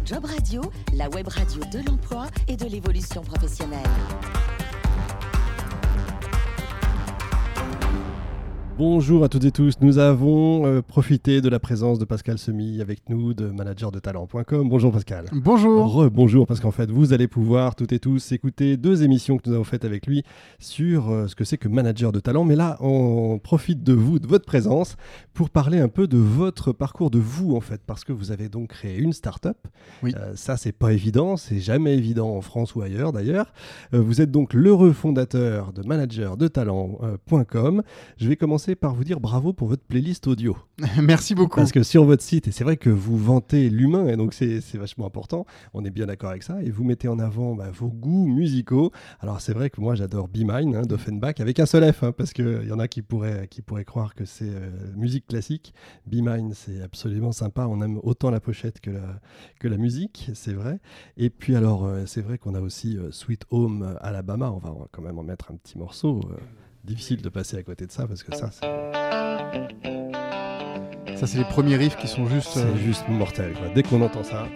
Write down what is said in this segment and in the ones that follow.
Job Radio, la web radio de l'emploi et de l'évolution professionnelle. Bonjour à toutes et tous, nous avons profité de la présence de Pascal Semy avec nous de managerdetalent.com. Bonjour Pascal. Bonjour. Bonjour, parce qu'en fait vous allez pouvoir toutes et tous écouter 2 émissions que nous avons faites avec lui sur ce que c'est que manager de talent. Mais là on profite de vous, de votre présence pour parler un peu de votre parcours, de vous en fait, parce que vous avez donc créé une start-up. Oui. Ça c'est pas évident, c'est jamais évident en France ou ailleurs d'ailleurs. Vous êtes donc l'heureux fondateur de managerdetalent.com. Je vais commencer par vous dire bravo pour votre playlist audio. Merci beaucoup. Parce que sur votre site, et c'est vrai que vous vantez l'humain, et donc c'est vachement important, on est bien d'accord avec ça, et vous mettez en avant vos goûts musicaux. Alors c'est vrai que moi j'adore Be Mine d'Offenbach, avec un seul F, parce qu'il y en a qui pourraient croire que c'est musique classique. Be Mine, c'est absolument sympa, on aime autant la pochette que la musique, c'est vrai. Et puis alors, c'est vrai qu'on a aussi Sweet Home Alabama, on va quand même en mettre un petit morceau. Difficile de passer à côté de ça parce que ça c'est les premiers riffs qui sont juste... C'est juste mortel, quoi. Dès qu'on entend ça...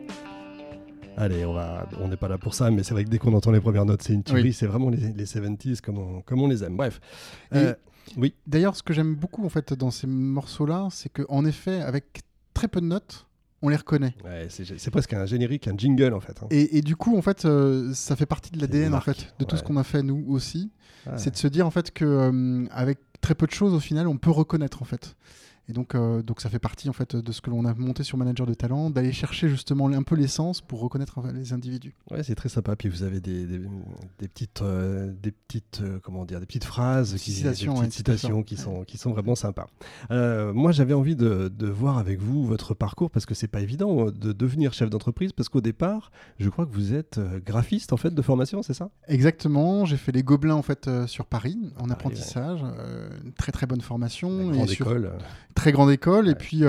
Allez, on n'est pas là pour ça, mais c'est vrai que dès qu'on entend les premières notes, c'est une tuerie. Oui. C'est vraiment les 70s comme on les aime. Bref. Oui. D'ailleurs, ce que j'aime beaucoup en fait, dans ces morceaux-là, c'est qu'en effet, avec très peu de notes, on les reconnaît. Ouais, c'est presque un générique, un jingle en fait. Et du coup, en fait, ça fait partie de l'ADN en fait, de tout ce qu'on a fait nous aussi. Ouais. C'est de se dire en fait que avec très peu de choses, au final, on peut reconnaître en fait. Et donc ça fait partie en fait de ce que l'on a monté sur Manager de Talent, d'aller chercher justement un peu l'essence pour reconnaître les individus. Ouais, c'est très sympa. Puis vous avez des petites comment dire, des petites phrases, des petites citations qui sont vraiment sympas. Moi, j'avais envie de voir avec vous votre parcours parce que c'est pas évident de devenir chef d'entreprise parce qu'au départ, je crois que vous êtes graphiste en fait de formation, c'est ça ? Exactement. J'ai fait les Gobelins en fait sur Paris en apprentissage, une très très bonne formation. Grande école. Très grande école, ouais. Et puis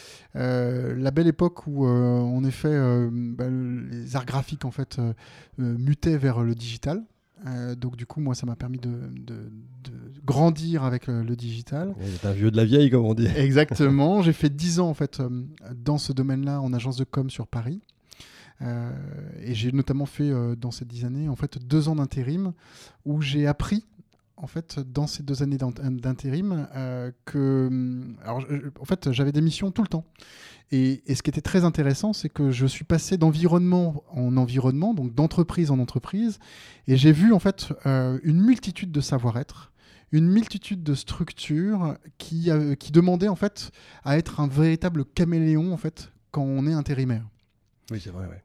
la belle époque où en effet les arts graphiques en fait mutaient vers le digital. Donc du coup moi ça m'a permis de grandir avec le digital. Vous êtes un vieux de la vieille comme on dit. Exactement. J'ai fait 10 ans en fait dans ce domaine-là en agence de com sur Paris. Et j'ai notamment fait dans ces 10 années en fait 2 ans d'intérim où j'ai appris en fait, dans ces 2 années d'intérim, en fait, j'avais des missions tout le temps. Et ce qui était très intéressant, c'est que je suis passé d'environnement en environnement, donc d'entreprise en entreprise, et j'ai vu en fait une multitude de savoir-être, une multitude de structures qui demandaient en fait à être un véritable caméléon en fait quand on est intérimaire. Oui, c'est vrai. Ouais.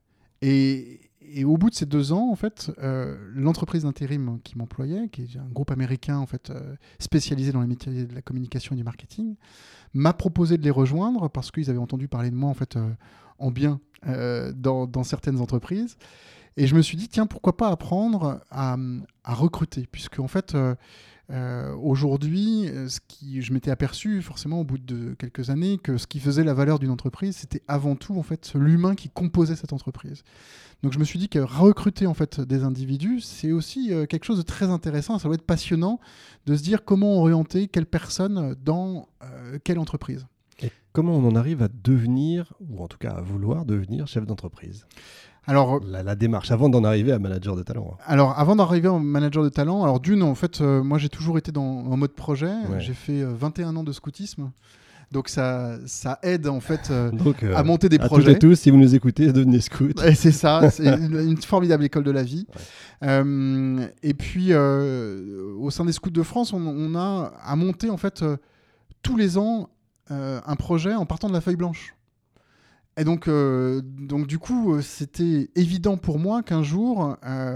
Et au bout de ces 2 ans, en fait, l'entreprise d'intérim qui m'employait, qui est un groupe américain en fait, spécialisé dans les métiers de la communication et du marketing, m'a proposé de les rejoindre parce qu'ils avaient entendu parler de moi en fait, en bien dans certaines entreprises. Et je me suis dit, tiens, pourquoi pas apprendre à recruter, puisque en fait, aujourd'hui, je m'étais aperçu forcément au bout de quelques années que ce qui faisait la valeur d'une entreprise, c'était avant tout en fait l'humain qui composait cette entreprise. Donc je me suis dit que recruter en fait des individus, c'est aussi quelque chose de très intéressant. Ça doit être passionnant de se dire comment orienter quelle personne dans quelle entreprise. Et comment on en arrive à devenir, ou en tout cas à vouloir devenir chef d'entreprise ? Alors, la démarche, avant d'en arriver à manager de talent. Alors, avant d'arriver en manager de talent, alors d'une, en fait, moi j'ai toujours été en mode projet. Ouais. J'ai fait 21 ans de scoutisme. Donc ça aide en fait à monter des projets. Toutes et tous, si vous nous écoutez, devenez scout. Et c'est ça, c'est une formidable école de la vie. Ouais. Et puis au sein des Scouts de France, on a à monter en fait tous les ans un projet en partant de la feuille blanche. Et donc du coup, c'était évident pour moi qu'un jour,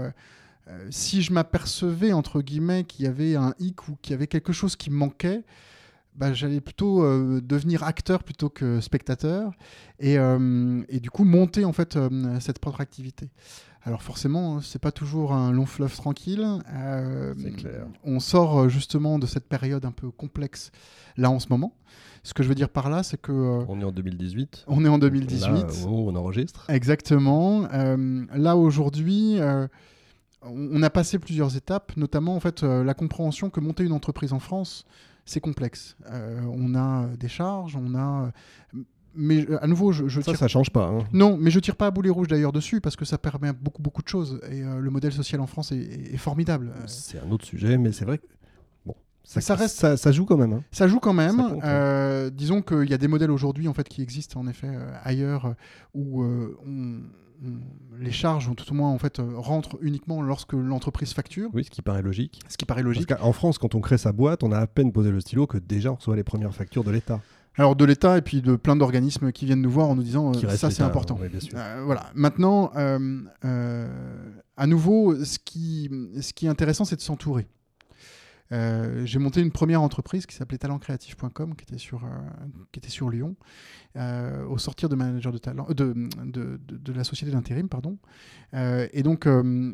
si je m'apercevais entre guillemets qu'il y avait un hic ou qu'il y avait quelque chose qui me manquait, j'allais plutôt devenir acteur plutôt que spectateur et du coup monter en fait cette propre activité. Alors forcément, c'est pas toujours un long fleuve tranquille. C'est clair. On sort justement de cette période un peu complexe là en ce moment. Ce que je veux dire par là, c'est que... on est en 2018. On est en 2018. Là, au moment où on enregistre. Exactement. Là aujourd'hui... on a passé plusieurs étapes, notamment en fait, la compréhension que monter une entreprise en France, c'est complexe. On a des charges, on a mais à nouveau, je tire... Ça change pas. Hein. Non, mais je tire pas à boulet rouge d'ailleurs dessus parce que ça permet beaucoup de choses. Et le modèle social en France est formidable. C'est un autre sujet, mais c'est vrai que ça joue quand même. Hein. Ça joue quand même. Ça compte, disons qu'il y a des modèles aujourd'hui en fait qui existent en effet ailleurs où les charges, ou tout au moins en fait, rentrent uniquement lorsque l'entreprise facture. Oui, ce qui paraît logique. Parce qu'en France, quand on crée sa boîte, on a à peine posé le stylo que déjà on reçoit les premières factures de l'État. Alors de l'État et puis de plein d'organismes qui viennent nous voir en nous disant ça c'est important. Oui, bien sûr. Voilà. Maintenant, à nouveau, ce qui est intéressant, c'est de s'entourer. J'ai monté une première entreprise qui s'appelait talentcreatif.com qui était sur Lyon au sortir de manager de talent de la société d'intérim pardon et donc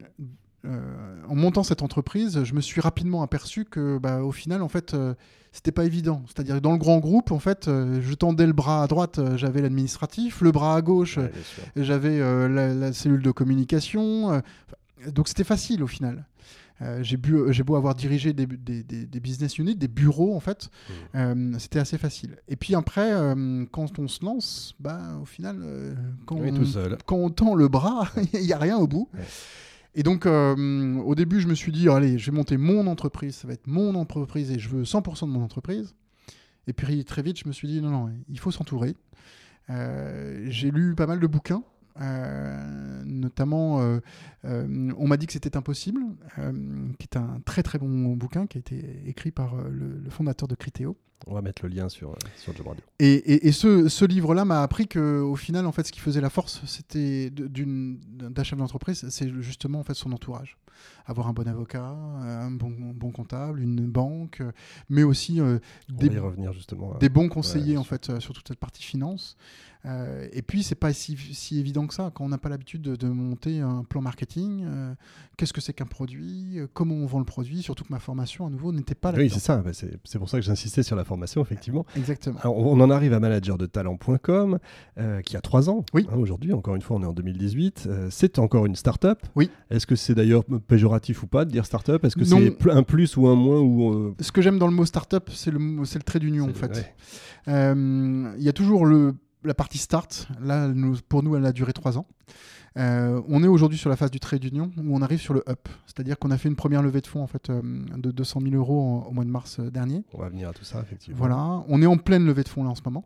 en montant cette entreprise je me suis rapidement aperçu que au final en fait c'était pas évident, c'est-à-dire que dans le grand groupe en fait je tendais le bras à droite, j'avais l'administratif, le bras à gauche j'avais la cellule de communication, donc c'était facile au final. J'ai beau avoir dirigé des business units, des bureaux en fait, c'était assez facile. Et puis après, quand on se lance, au final, quand on tend le bras, il n'y a rien au bout. Ouais. Et donc, au début, je me suis dit, allez, je vais monter mon entreprise, ça va être mon entreprise et je veux 100% de mon entreprise. Et puis très vite, je me suis dit, non, il faut s'entourer. J'ai lu pas mal de bouquins. Notamment on m'a dit que c'était impossible qui est un très très bon bouquin qui a été écrit par le fondateur de Criteo. On va mettre le lien sur Job Radio. Et ce livre-là m'a appris qu'au final en fait ce qui faisait la force c'était d'un chef d'entreprise, c'est justement en fait son entourage, avoir un bon avocat, un bon comptable, une banque, mais aussi on va y revenir justement, des bons conseillers en fait sur toute cette partie finance. Et puis c'est pas si évident que ça quand on n'a pas l'habitude de monter un plan marketing, qu'est-ce que c'est qu'un produit, comment on vend le produit, surtout que ma formation à nouveau n'était pas là. Oui, c'est ça, c'est pour ça que j'insistais sur la formation effectivement. Exactement. Alors, on en arrive à managerdetalent.com qui a 3 ans. Oui. Aujourd'hui, encore une fois, on est en 2018. C'est encore une start-up. Oui. Est-ce que c'est d'ailleurs péjoratif ou pas de dire start-up ? Est-ce que c'est un plus ou un moins ou Ce que j'aime dans le mot start-up, c'est le trait d'union en fait. Il y a toujours la partie start, là, pour nous, elle a duré 3 ans. On est aujourd'hui sur la phase du trait d'union où on arrive sur le up. C'est-à-dire qu'on a fait une première levée de fonds en fait, de 200 000 € au mois de mars dernier. On va venir à tout ça, effectivement. Voilà. On est en pleine levée de fonds là en ce moment.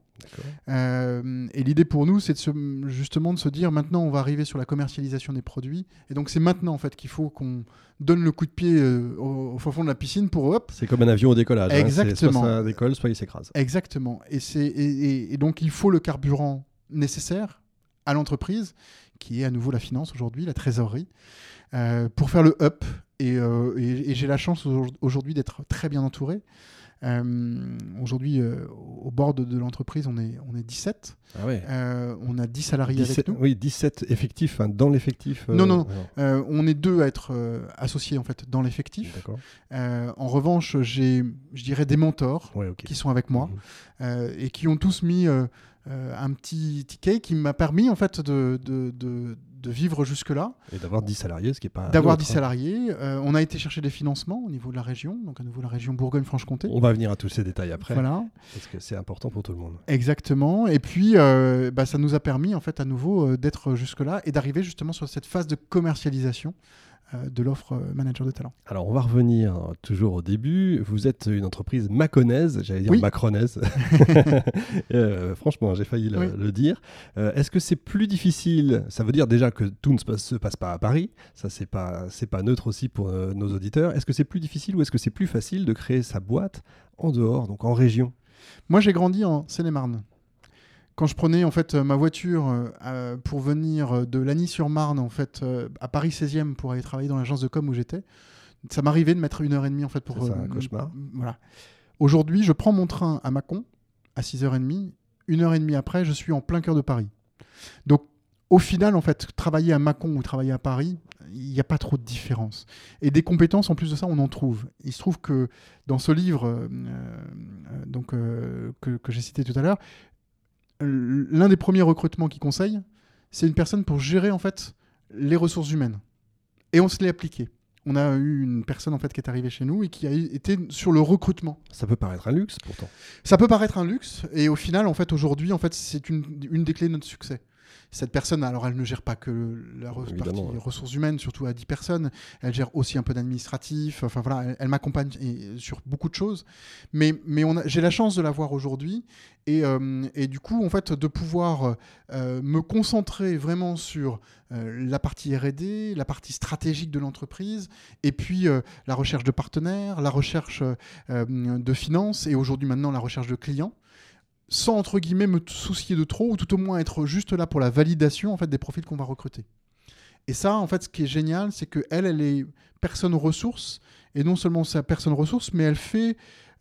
Et l'idée pour nous, c'est justement de se dire maintenant, on va arriver sur la commercialisation des produits. Et donc, c'est maintenant en fait, qu'il faut qu'on donne le coup de pied au fond de la piscine pour hop. C'est comme un avion au décollage. Exactement. Soit ça décolle, soit il s'écrase. Exactement. Et donc, il faut le carburant nécessaire à l'entreprise, qui est à nouveau la finance aujourd'hui, la trésorerie, pour faire le up. Et j'ai la chance aujourd'hui d'être très bien entouré. Aujourd'hui, au bord de l'entreprise, on est 17. Ah ouais. On a 10 salariés 17, avec nous. Oui, 17 effectifs, dans l'effectif. Non. On est 2 à être associés en fait, dans l'effectif. D'accord. En revanche, j'ai, je dirais, des mentors qui sont avec moi et qui ont tous mis un petit ticket qui m'a permis en fait de vivre jusque-là. Et d'avoir 10 salariés, ce qui n'est pas... D'avoir 10 salariés. On a été chercher des financements au niveau de la région, donc à nouveau la région Bourgogne-Franche-Comté. On va venir à tous ces détails après. Voilà. Parce que c'est important pour tout le monde. Exactement. Et puis, ça nous a permis, en fait, à nouveau, d'être jusque-là et d'arriver justement sur cette phase de commercialisation de l'offre manager de talent. Alors, on va revenir toujours au début. Vous êtes une entreprise maconnaise, j'allais dire macronaise. Franchement, j'ai failli le dire. Est-ce que c'est plus difficile ? Ça veut dire déjà que tout ne se passe pas à Paris. Ça, c'est pas neutre aussi pour nos auditeurs. Est-ce que c'est plus difficile ou est-ce que c'est plus facile de créer sa boîte en dehors, donc en région ? Moi, j'ai grandi en Seine-et-Marne. Quand je prenais en fait ma voiture pour venir de Lagny-sur-Marne en fait à Paris 16e pour aller travailler dans l'agence de com où j'étais, ça m'arrivait de mettre 1h30 en fait pour. C'est un cauchemar. Voilà. Aujourd'hui, je prends mon train à Mâcon à 6h30. 1h30 après, je suis en plein cœur de Paris. Donc, au final, en fait, travailler à Mâcon ou travailler à Paris, il n'y a pas trop de différence. Et des compétences, en plus de ça, on en trouve. Il se trouve que dans ce livre que j'ai cité tout à l'heure, l'un des premiers recrutements qu'il conseille, c'est une personne pour gérer en fait les ressources humaines. Et on se l'est appliqué. On a eu une personne en fait qui est arrivée chez nous et qui a été sur le recrutement. Ça peut paraître un luxe pourtant. Ça peut paraître un luxe et au final en fait aujourd'hui en fait c'est une des clés de notre succès. Cette personne, alors elle ne gère pas que la partie ressources humaines, surtout à 10 personnes, elle gère aussi un peu d'administratif, enfin voilà, elle m'accompagne sur beaucoup de choses, mais j'ai la chance de la voir aujourd'hui et du coup en fait de pouvoir me concentrer vraiment sur la partie R&D, la partie stratégique de l'entreprise et puis la recherche de partenaires, la recherche de finances et aujourd'hui maintenant la recherche de clients, sans entre guillemets me soucier de trop ou tout au moins être juste là pour la validation en fait des profils qu'on va recruter. Et ça en fait ce qui est génial c'est que elle est personne ressource et non seulement c'est personne ressource mais elle fait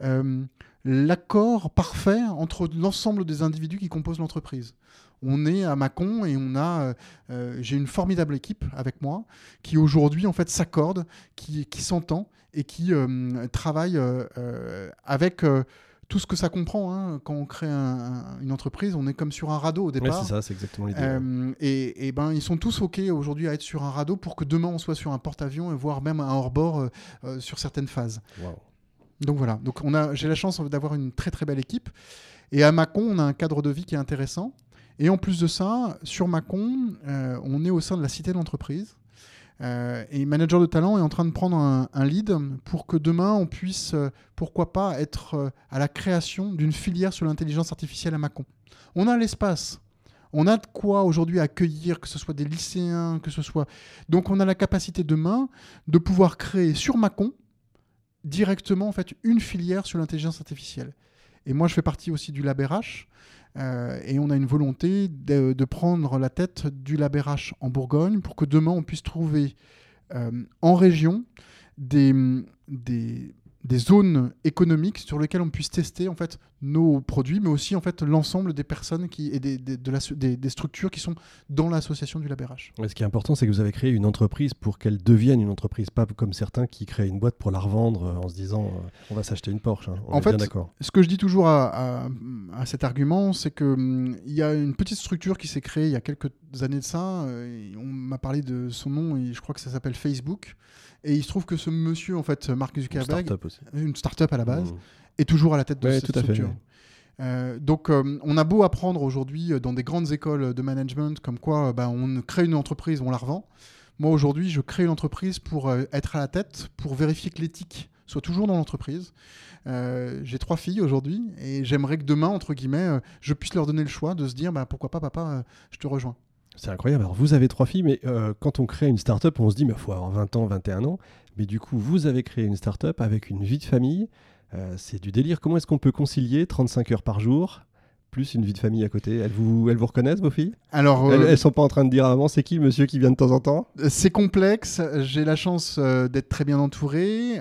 l'accord parfait entre l'ensemble des individus qui composent l'entreprise. On est à Mâcon et j'ai une formidable équipe avec moi qui aujourd'hui en fait s'accorde, qui s'entend et qui travaille avec tout ce que ça comprend, hein. Quand on crée une entreprise, on est comme sur un radeau au départ. Ouais, c'est ça, c'est exactement l'idée. Et ils sont tous OK aujourd'hui à être sur un radeau pour que demain on soit sur un porte-avions et voire même un hors-bord sur certaines phases. Wow. Donc voilà, donc j'ai la chance d'avoir une très très belle équipe. Et à Mâcon, on a un cadre de vie qui est intéressant. Et en plus de ça, sur Mâcon, on est au sein de la cité de l'entreprise. Et Manager de Talent est en train de prendre un lead pour que demain on puisse, pourquoi pas, être à la création d'une filière sur l'intelligence artificielle à Mâcon. On a l'espace, on a de quoi aujourd'hui accueillir, que ce soit des lycéens, que ce soit... Donc on a la capacité demain de pouvoir créer sur Mâcon directement en fait, une filière sur l'intelligence artificielle. Et moi je fais partie aussi du Lab RH. Et on a une volonté de prendre la tête du Lab RH en Bourgogne pour que demain on puisse trouver en région des zones économiques sur lesquelles on puisse tester en fait nos produits, mais aussi en fait l'ensemble des personnes et des structures qui sont dans l'association du Lab RH. Ce qui est important, c'est que vous avez créé une entreprise pour qu'elle devienne une entreprise, pas comme certains qui créent une boîte pour la revendre en se disant on va s'acheter une Porsche. Hein. En fait, ce que je dis toujours à cet argument, c'est qu'il y a une petite structure qui s'est créée il y a quelques années de ça. On m'a parlé de son nom et je crois que ça s'appelle Facebook. Et il se trouve que ce monsieur, en fait, Mark Zuckerberg, une start-up à la base, est toujours à la tête de cette structure. Donc, on a beau apprendre aujourd'hui dans des grandes écoles de management comme quoi on crée une entreprise, on la revend. Moi, aujourd'hui, je crée une entreprise pour être à la tête, pour vérifier que l'éthique soit toujours dans l'entreprise. J'ai 3 filles aujourd'hui et j'aimerais que demain, entre guillemets, je puisse leur donner le choix de se dire pourquoi pas, papa, je te rejoins. C'est incroyable. Alors, vous avez 3 filles, mais quand on crée une start-up, on se dit, il faut avoir 20 ans, 21 ans. Mais du coup, vous avez créé une start-up avec une vie de famille. C'est du délire. Comment est-ce qu'on peut concilier 35 heures par jour plus une vie de famille à côté? Elles vous reconnaissent, vos filles? Alors, elles ne sont pas en train de dire à maman, c'est qui le monsieur qui vient de temps en temps? C'est complexe. J'ai la chance d'être très bien entouré.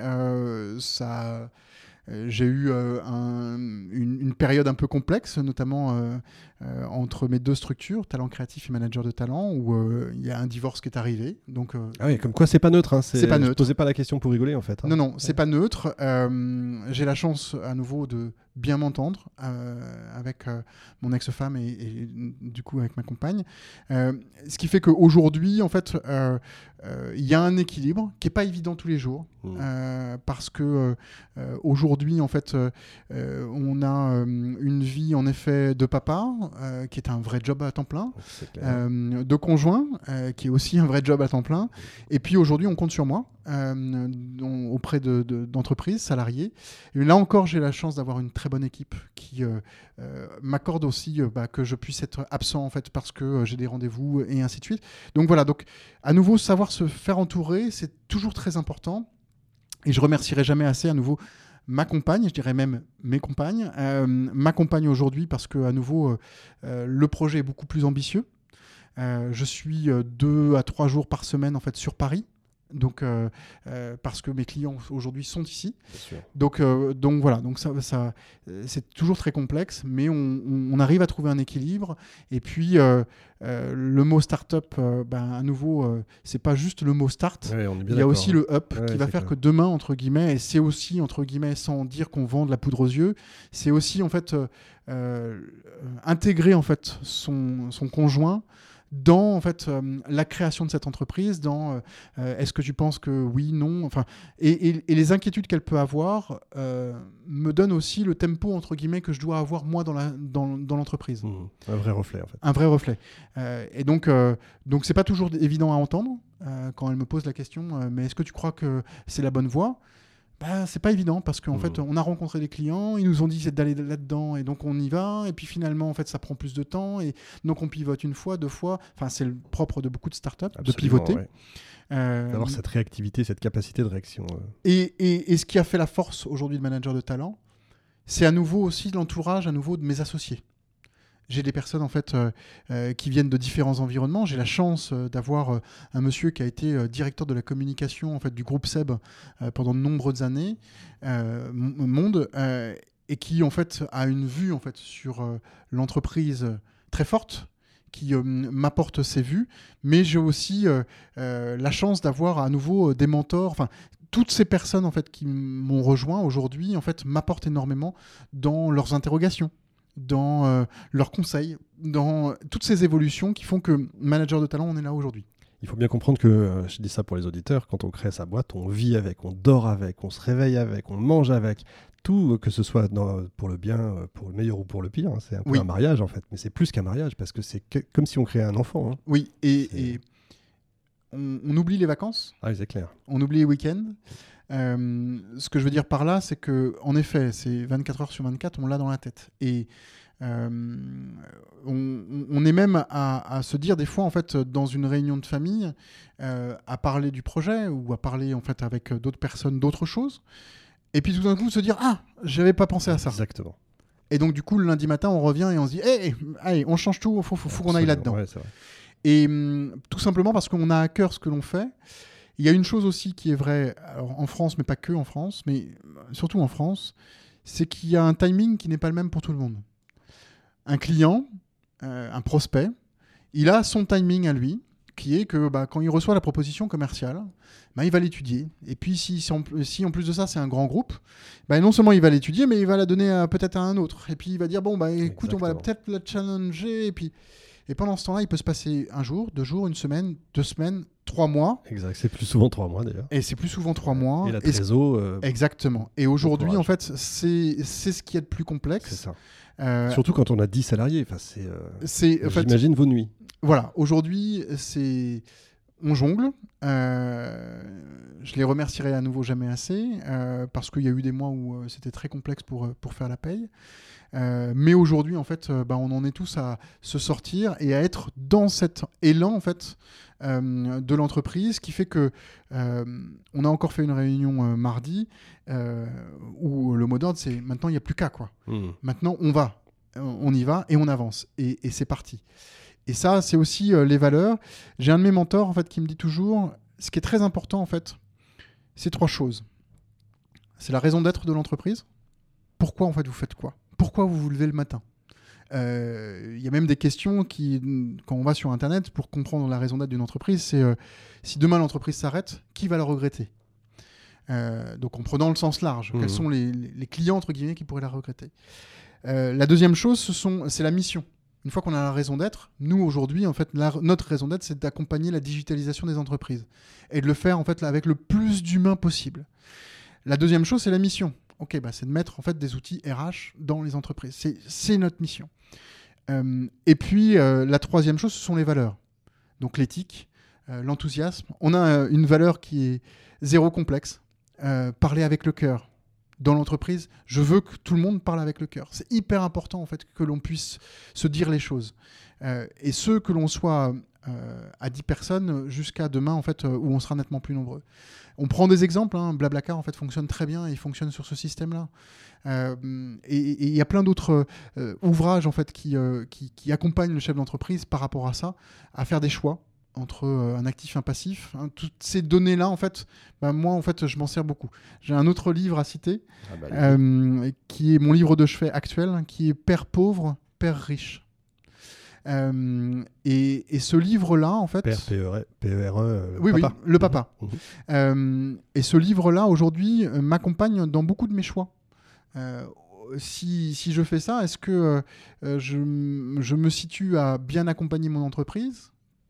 J'ai eu une période un peu complexe, notamment entre mes 2 structures, Talent Créatif et Manager de Talent, où il y a un divorce qui est arrivé. Donc, ah oui, comme quoi c'est pas neutre. Hein. C'est pas neutre. Je posais pas la question pour rigoler en fait. Hein. Non, c'est pas neutre. J'ai la chance à nouveau de bien m'entendre avec mon ex-femme et du coup avec ma compagne. Ce qui fait qu'aujourd'hui, en fait, il y a un équilibre qui est pas évident tous les jours parce que aujourd'hui, en fait, on a une vie en effet de papa qui est un vrai job à temps plein, de conjoint qui est aussi un vrai job à temps plein, et puis aujourd'hui on compte sur moi auprès d'entreprises, salariés. Et là encore, j'ai la chance d'avoir une très bonne équipe qui m'accorde aussi que je puisse être absent en fait parce que j'ai des rendez-vous et ainsi de suite. Donc voilà, donc à nouveau savoir se faire entourer, c'est toujours très important. Et je remercierai jamais assez à nouveau ma compagne, je dirais même mes compagnes, ma compagne aujourd'hui parce que à nouveau le projet est beaucoup plus ambitieux. Je suis 2 à 3 jours par semaine en fait sur Paris. Donc, parce que mes clients aujourd'hui sont ici. Donc voilà, donc ça, c'est toujours très complexe, mais on arrive à trouver un équilibre. Et puis, le mot start-up, à nouveau, c'est pas juste le mot start. Ouais, on est bien il y a aussi le up qui va faire clair. que demain, entre guillemets, et c'est aussi, entre guillemets, sans dire qu'on vend de la poudre aux yeux, c'est aussi, en fait, intégrer en fait, son conjoint dans en fait la création de cette entreprise, dans est-ce que tu penses que oui, non, enfin, et les inquiétudes qu'elle peut avoir me donnent aussi le tempo entre guillemets que je dois avoir moi dans l'entreprise. Un vrai reflet en fait. Un vrai reflet. Et donc c'est pas toujours évident à entendre quand elle me pose la question. Mais est-ce que tu crois que c'est la bonne voie? C'est pas évident parce qu'en fait on a rencontré des clients, ils nous ont dit d'aller là-dedans et donc on y va et puis finalement en fait ça prend plus de temps et donc on pivote une fois, deux fois. Enfin c'est le propre de beaucoup de startups. Absolument, de pivoter. Ouais. D'avoir cette réactivité, cette capacité de réaction. Et ce qui a fait la force aujourd'hui de Manager de Talent, c'est à nouveau aussi l'entourage à nouveau de mes associés. J'ai des personnes en fait qui viennent de différents environnements. J'ai la chance d'avoir un monsieur qui a été directeur de la communication en fait du groupe SEB pendant de nombreuses années, Monde, et qui en fait a une vue en fait sur l'entreprise très forte, qui m'apporte ses vues. Mais j'ai aussi la chance d'avoir à nouveau des mentors. Enfin, toutes ces personnes en fait qui m'ont rejoint aujourd'hui en fait m'apportent énormément dans leurs interrogations, dans leurs conseils, dans toutes ces évolutions qui font que Manager de Talent, on est là aujourd'hui. Il faut bien comprendre que, je dis ça pour les auditeurs, quand on crée sa boîte, on vit avec, on dort avec, on se réveille avec, on mange avec, tout, que ce soit pour le bien, pour le meilleur ou pour le pire. Hein, c'est un peu un mariage en fait, mais c'est plus qu'un mariage parce que c'est comme si on créait un enfant. Hein. Oui, et on oublie les vacances. Ah oui, c'est clair. On oublie les week-ends. Ce que je veux dire par là, c'est que en effet, c'est 24 heures sur 24, on l'a dans la tête. Et on est même à se dire des fois, en fait, dans une réunion de famille, à parler du projet ou à parler en fait avec d'autres personnes d'autres choses. Et puis tout d'un coup, se dire j'avais pas pensé à ça. Exactement. Et donc du coup, le lundi matin, on revient et on se dit allez, on change tout, faut qu'on aille là-dedans. Ouais, c'est vrai. Et tout simplement parce qu'on a à cœur ce que l'on fait. Il y a une chose aussi qui est vraie alors en France, mais pas que en France, mais surtout en France, c'est qu'il y a un timing qui n'est pas le même pour tout le monde. Un client, un prospect, il a son timing à lui, qui est que quand il reçoit la proposition commerciale, il va l'étudier. Et puis si en plus de ça, c'est un grand groupe, non seulement il va l'étudier, mais il va la donner peut-être à un autre. Et puis il va dire, écoute, on va peut-être la challenger. Et pendant ce temps-là, il peut se passer un jour, 2 jours, 1 semaine, 2 semaines, 3 mois. Exact, c'est plus souvent 3 mois d'ailleurs. Et c'est plus souvent 3 mois. Et la trésor... Exactement. Et aujourd'hui, en fait, c'est ce qui est le plus complexe. C'est ça. Surtout quand on a 10 salariés. J'imagine vos nuits. Voilà, aujourd'hui, on jongle. Je les remercierai à nouveau jamais assez, parce qu'il y a eu des mois où c'était très complexe pour faire la paye. Mais aujourd'hui, en fait, on en est tous à se sortir et à être dans cet élan en fait, de l'entreprise qui fait que on a encore fait une réunion mardi où le mot d'ordre, c'est maintenant, il n'y a plus qu'à quoi. Maintenant, on y va et on avance. Et c'est parti. Et ça, c'est aussi les valeurs. J'ai un de mes mentors en fait, qui me dit toujours, ce qui est très important, en fait, c'est 3 choses. C'est la raison d'être de l'entreprise. Pourquoi en fait, vous faites quoi ? Pourquoi vous vous levez le matin ? Il y a même des questions qui, quand on va sur Internet, pour comprendre la raison d'être d'une entreprise, c'est si demain l'entreprise s'arrête, qui va la regretter ? Donc en prenant le sens large, quels sont les clients entre guillemets qui pourraient la regretter ? La deuxième chose, c'est la mission. Une fois qu'on a la raison d'être, nous aujourd'hui, en fait, notre raison d'être, c'est d'accompagner la digitalisation des entreprises et de le faire en fait avec le plus d'humains possible. La deuxième chose, c'est la mission. Ok, c'est de mettre en fait des outils RH dans les entreprises. C'est notre mission. Et puis la troisième chose, ce sont les valeurs. Donc l'éthique, l'enthousiasme. On a une valeur qui est zéro complexe. Parler avec le cœur. Dans l'entreprise, je veux que tout le monde parle avec le cœur. C'est hyper important en fait que l'on puisse se dire les choses. Et ce que l'on soit à 10 personnes jusqu'à demain en fait où on sera nettement plus nombreux. On prend des exemples, Blablacar en fait fonctionne très bien et il fonctionne sur ce système-là. Et il y a plein d'autres ouvrages en fait qui accompagnent le chef d'entreprise par rapport à ça, à faire des choix entre un actif et un passif. Toutes ces données-là, en fait, moi, en fait, je m'en sers beaucoup. J'ai un autre livre à citer, qui est mon livre de chevet actuel, qui est Père pauvre, Père riche. Et ce livre-là, en fait... Père, P-E-R-E, oui, papa. Oui, le papa. Et ce livre-là, aujourd'hui, m'accompagne dans beaucoup de mes choix. Si je fais ça, est-ce que je me situe à bien accompagner mon entreprise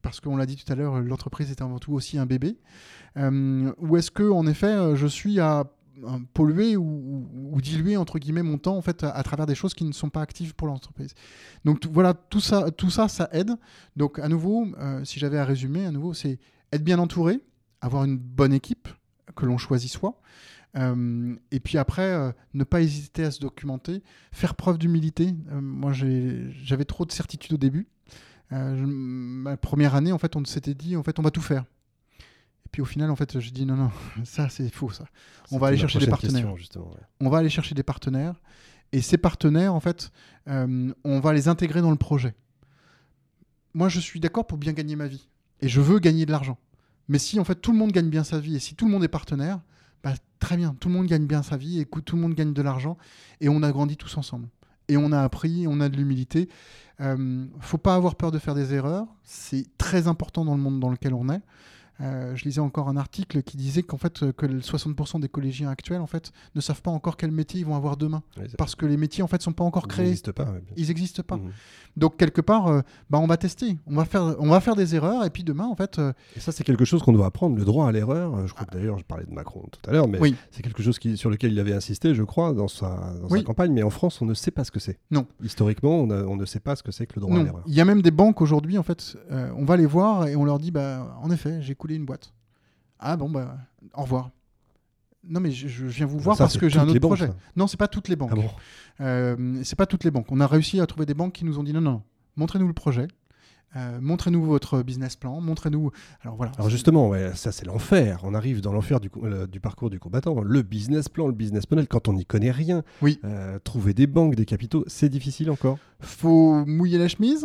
parce qu'on l'a dit tout à l'heure, l'entreprise est avant tout aussi un bébé, ou est-ce que en effet je suis à polluer ou diluer entre guillemets mon temps en fait à travers des choses qui ne sont pas actives pour l'entreprise. Donc voilà, tout ça aide. Donc à nouveau, si j'avais à résumer, à nouveau, c'est être bien entouré, avoir une bonne équipe que l'on choisit soi. Et puis après, ne pas hésiter à se documenter, faire preuve d'humilité. Moi, j'avais trop de certitude au début. Ma première année, en fait, on s'était dit, en fait, on va tout faire. Et puis au final, en fait, je dis non, ça c'est faux, ça. On va aller chercher des partenaires. On va aller chercher des partenaires. Et ces partenaires, en fait, on va les intégrer dans le projet. Moi, je suis d'accord pour bien gagner ma vie. Et je veux gagner de l'argent. Mais si, en fait, tout le monde gagne bien sa vie et si tout le monde est partenaire, bah, très bien, tout le monde gagne bien sa vie et tout le monde gagne de l'argent et on a grandi tous ensemble. Et on a appris, on a de l'humilité. Faut pas avoir peur de faire des erreurs. C'est très important dans le monde dans lequel on est. Je lisais encore un article qui disait qu'en fait que 60% des collégiens actuels en fait ne savent pas encore quel métier ils vont avoir demain, parce que les métiers en fait sont pas encore créés. Ils n'existent pas. Donc quelque part, on va tester, on va faire des erreurs et puis demain en fait. Et ça c'est quelque chose qu'on doit apprendre, le droit à l'erreur. Je crois que d'ailleurs je parlais de Macron tout à l'heure, mais c'est quelque chose sur lequel il avait insisté, je crois, dans sa campagne. Mais en France, on ne sait pas ce que c'est. Non. Historiquement, on ne sait pas ce que c'est que le droit à l'erreur. Il y a même des banques aujourd'hui en fait, on va les voir et on leur dit en effet j'ai coulé une boîte. Ah bon, au revoir. Non, mais je viens vous voir parce que j'ai un autre projet. Non, c'est pas toutes les banques. Ah bon. C'est pas toutes les banques. On a réussi à trouver des banques qui nous ont dit non, montrez-nous le projet. Montrez-nous votre business plan, montrez-nous... Alors voilà. Alors justement, ça c'est l'enfer. On arrive dans l'enfer du parcours du combattant. Le business plan, le business model, quand on n'y connaît rien, trouver des banques, des capitaux, c'est difficile encore. Faut mouiller la chemise.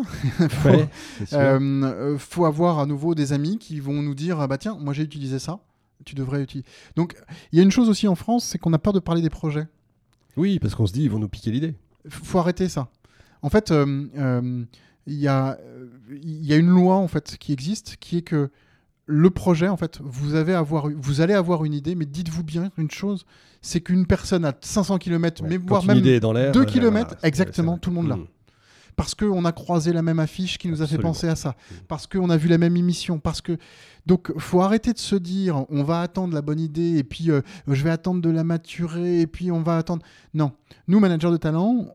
Faut avoir à nouveau des amis qui vont nous dire tiens, moi j'ai utilisé ça, tu devrais utiliser. Donc il y a une chose aussi en France, c'est qu'on a peur de parler des projets. Oui, parce qu'on se dit ils vont nous piquer l'idée. Faut arrêter ça. En fait... il y a une loi en fait qui existe, qui est que le projet en fait, vous allez avoir une idée, mais dites-vous bien une chose, c'est qu'une personne à 500 km, mais voire même 2 km, exactement, tout le monde là. Parce qu'on a croisé la même affiche qui nous a fait penser à ça, parce qu'on a vu la même émission, donc faut arrêter de se dire on va attendre la bonne idée et puis je vais attendre de la maturer et puis on va attendre. Non, nous managers de talent.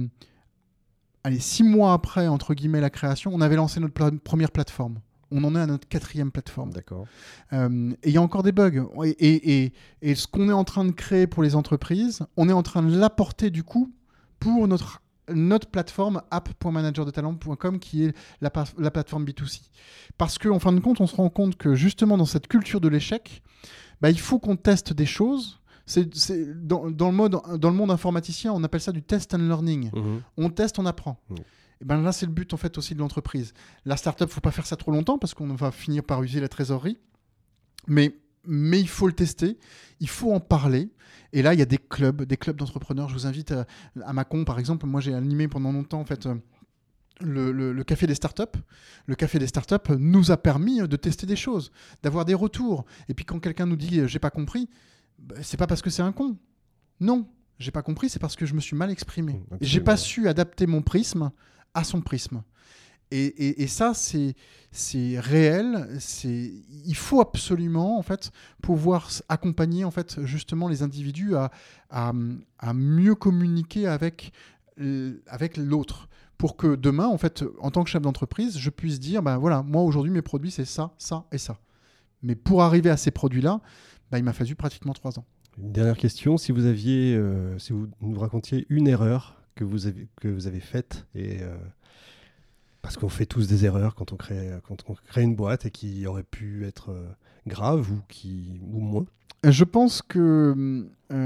6 mois après, entre guillemets, la création, on avait lancé notre première plateforme. On en est à notre 4e plateforme. D'accord. Et il y a encore des bugs. Et ce qu'on est en train de créer pour les entreprises, on est en train de l'apporter du coup pour notre plateforme app.managerdetalent.com qui est la plateforme B2C. Parce qu'en fin de compte, on se rend compte que justement dans cette culture de l'échec, il faut qu'on teste des choses. Dans le monde informaticien, on appelle ça du test and learning. On teste, on apprend. Et là, c'est le but en fait aussi de l'entreprise. La startup, faut pas faire ça trop longtemps parce qu'on va finir par user la trésorerie. Mais il faut le tester, il faut en parler. Et là, il y a des clubs d'entrepreneurs. Je vous invite à Mâcon, par exemple. Moi, j'ai animé pendant longtemps en fait. Le café des startups. Le café des startups nous a permis de tester des choses, d'avoir des retours. Et puis quand quelqu'un nous dit j'ai pas compris, c'est pas parce que c'est un con. Non, j'ai pas compris, c'est parce que je me suis mal exprimé. Et j'ai pas su adapter mon prisme à son prisme. Et ça, c'est réel. Il faut absolument en fait pouvoir accompagner en fait justement les individus à mieux communiquer avec l'autre, pour que demain en fait en tant que chef d'entreprise, je puisse dire voilà, moi aujourd'hui mes produits c'est ça, ça et ça. Mais pour arriver à ces produits-là, il m'a fallu pratiquement 3 ans. Une dernière question, si vous nous racontiez une erreur que vous avez faite, parce qu'on fait tous des erreurs quand on crée une boîte et qui aurait pu être grave ou moins. Je pense que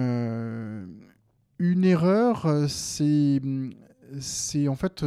une erreur, c'est en fait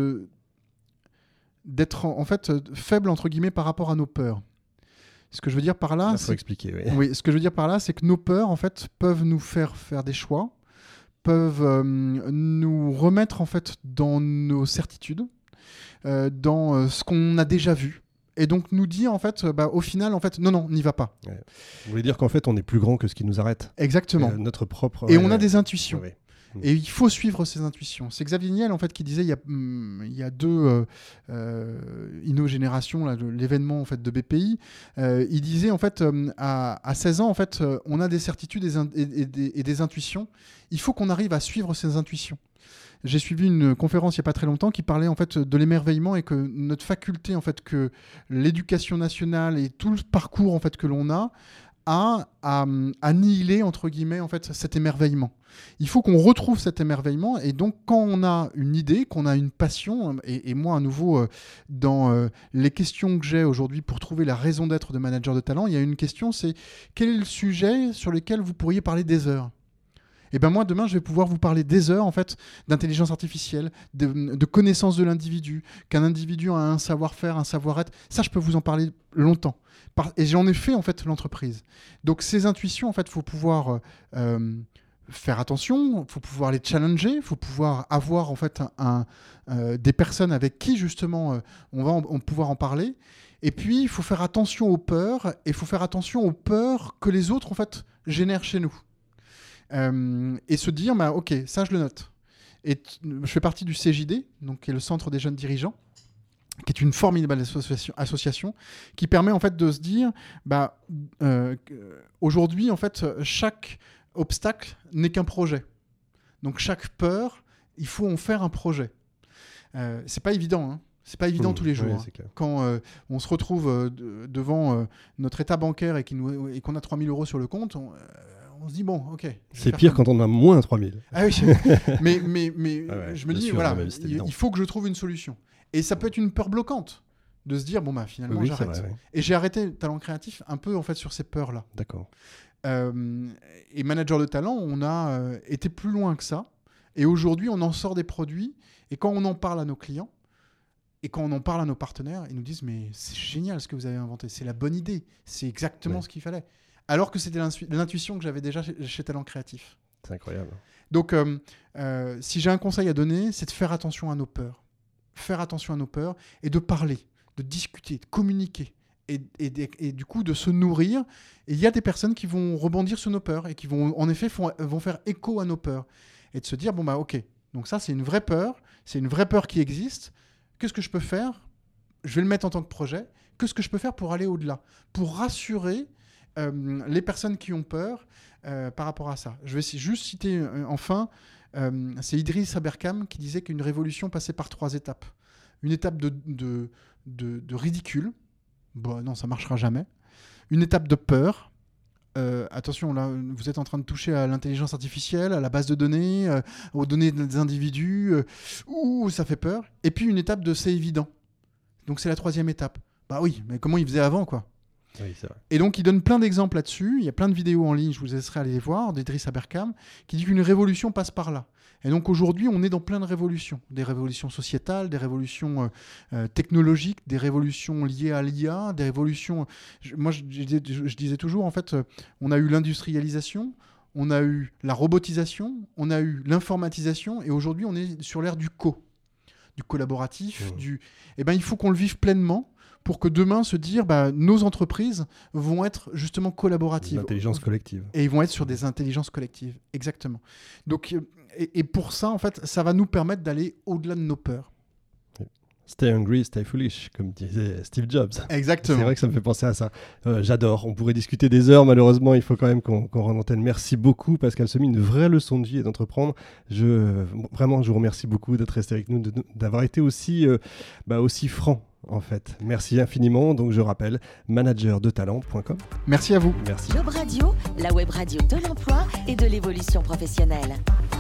d'être en fait faible entre guillemets par rapport à nos peurs. Ce que je veux dire par là, faut expliquer. Oui, ce que je veux dire par là, c'est que nos peurs, en fait, peuvent nous faire des choix, peuvent nous remettre en fait dans nos certitudes, dans ce qu'on a déjà vu, et donc nous dire en fait, au final, en fait, non, n'y va pas. Ouais. Vous voulez dire qu'en fait, on est plus grand que ce qui nous arrête. Exactement. Notre propre. Et on a des intuitions. Et il faut suivre ses intuitions. C'est Xavier Niel, en fait, qui disait, il y a deux InnoGénération, là, l'événement en fait, de BPI, il disait, en fait, à 16 ans, en fait, on a des certitudes et des intuitions. Il faut qu'on arrive à suivre ses intuitions. J'ai suivi une conférence il n'y a pas très longtemps qui parlait en fait de l'émerveillement et que notre faculté, en fait, que l'éducation nationale et tout le parcours en fait que l'on a à annihiler entre guillemets en fait cet émerveillement. Il faut qu'on retrouve cet émerveillement et donc quand on a une idée, qu'on a une passion et moi à nouveau dans les questions que j'ai aujourd'hui pour trouver la raison d'être de manager de talent, il y a une question, c'est quel est le sujet sur lequel vous pourriez parler des heures ? Et ben moi, demain, je vais pouvoir vous parler des heures en fait, d'intelligence artificielle, de connaissance de l'individu, qu'un individu a un savoir-faire, un savoir-être. Ça, je peux vous en parler longtemps. Et j'en ai fait en fait l'entreprise. Donc ces intuitions, en fait, il faut pouvoir faire attention, il faut pouvoir les challenger, il faut pouvoir avoir en fait des personnes avec qui justement on va pouvoir en parler. Et puis, il faut faire attention aux peurs et il faut faire attention aux peurs que les autres en fait génèrent chez nous. Et se dire, bah, ok, ça je le note. Et je fais partie du CJD, donc, qui est le Centre des jeunes dirigeants, qui est une formidable association qui permet en fait de se dire, bah, aujourd'hui, en fait, chaque obstacle n'est qu'un projet. Donc chaque peur, il faut en faire un projet. C'est pas évident, hein. C'est pas évident tous les jours. Oui, hein. Quand on se retrouve devant notre état bancaire et qu'on a 3 000 € sur le compte, on se dit, bon, ok. C'est pire quand on a moins 3 000. Ah oui, mais je me dis, sûr, voilà, il il faut que je trouve une solution. Et ça peut être une peur bloquante de se dire, bon, bah, finalement, j'arrête. Vrai, oui. Et j'ai arrêté Talent Créatif un peu, en fait, sur ces peurs-là. D'accord. Et Manager de Talent, on a été plus loin que ça. Et aujourd'hui, on en sort des produits. Et quand on en parle à nos clients, et quand on en parle à nos partenaires, ils nous disent, mais c'est génial ce que vous avez inventé. C'est la bonne idée. C'est exactement ce qu'il fallait. Alors que c'était l'intuition que j'avais déjà chez Talent Créatif. C'est incroyable. Donc, si j'ai un conseil à donner, c'est de faire attention à nos peurs. Faire attention à nos peurs et de parler, de discuter, de communiquer. Et du coup, de se nourrir. Et il y a des personnes qui vont rebondir sur nos peurs et qui vont, en effet, vont faire écho à nos peurs. Et de se dire, bon, bah, ok, donc ça, c'est une vraie peur. C'est une vraie peur qui existe. Qu'est-ce que je peux faire ? Je vais le mettre en tant que projet. Qu'est-ce que je peux faire pour aller au-delà ? Pour rassurer les personnes qui ont peur par rapport à ça. Je vais juste citer enfin, c'est Idriss Aberkam qui disait qu'une révolution passait par 3 étapes. Une étape de ridicule, bon, non, ça ne marchera jamais. Une étape de peur. Attention, là, vous êtes en train de toucher à l'intelligence artificielle, à la base de données, aux données des individus. Ça fait peur. Et puis une étape de c'est évident. Donc c'est la 3e étape. Bah oui, mais comment ils faisaient avant, quoi ? Oui, c'est vrai. Et donc, il donne plein d'exemples là-dessus. Il y a plein de vidéos en ligne, je vous laisserai aller les voir, d'Idriss Aberkam, qui dit qu'une révolution passe par là. Et donc, aujourd'hui, on est dans plein de révolutions. Des révolutions sociétales, des révolutions technologiques, des révolutions liées à l'IA, des révolutions... Moi, je disais toujours, en fait, on a eu l'industrialisation, on a eu la robotisation, on a eu l'informatisation, et aujourd'hui, on est sur l'ère du collaboratif, Eh ben, il faut qu'on le vive pleinement, pour que demain se dire nos entreprises vont être justement collaboratives. L'intelligence collective. Et ils vont être sur des intelligences collectives, exactement. Donc, et pour ça, en fait, ça va nous permettre d'aller au-delà de nos peurs. Stay hungry, stay foolish, comme disait Steve Jobs. Exactement. C'est vrai que ça me fait penser à ça. J'adore. On pourrait discuter des heures. Malheureusement, il faut quand même qu'on rende antenne. Merci beaucoup, Pascal Semy, une vraie leçon de vie et d'entreprendre. Vraiment, je vous remercie beaucoup d'être resté avec nous, d'avoir été aussi franc, en fait. Merci infiniment. Donc, je rappelle, managerdetalent.com. Merci à vous. Merci. Job Radio, la web radio de l'emploi et de l'évolution professionnelle.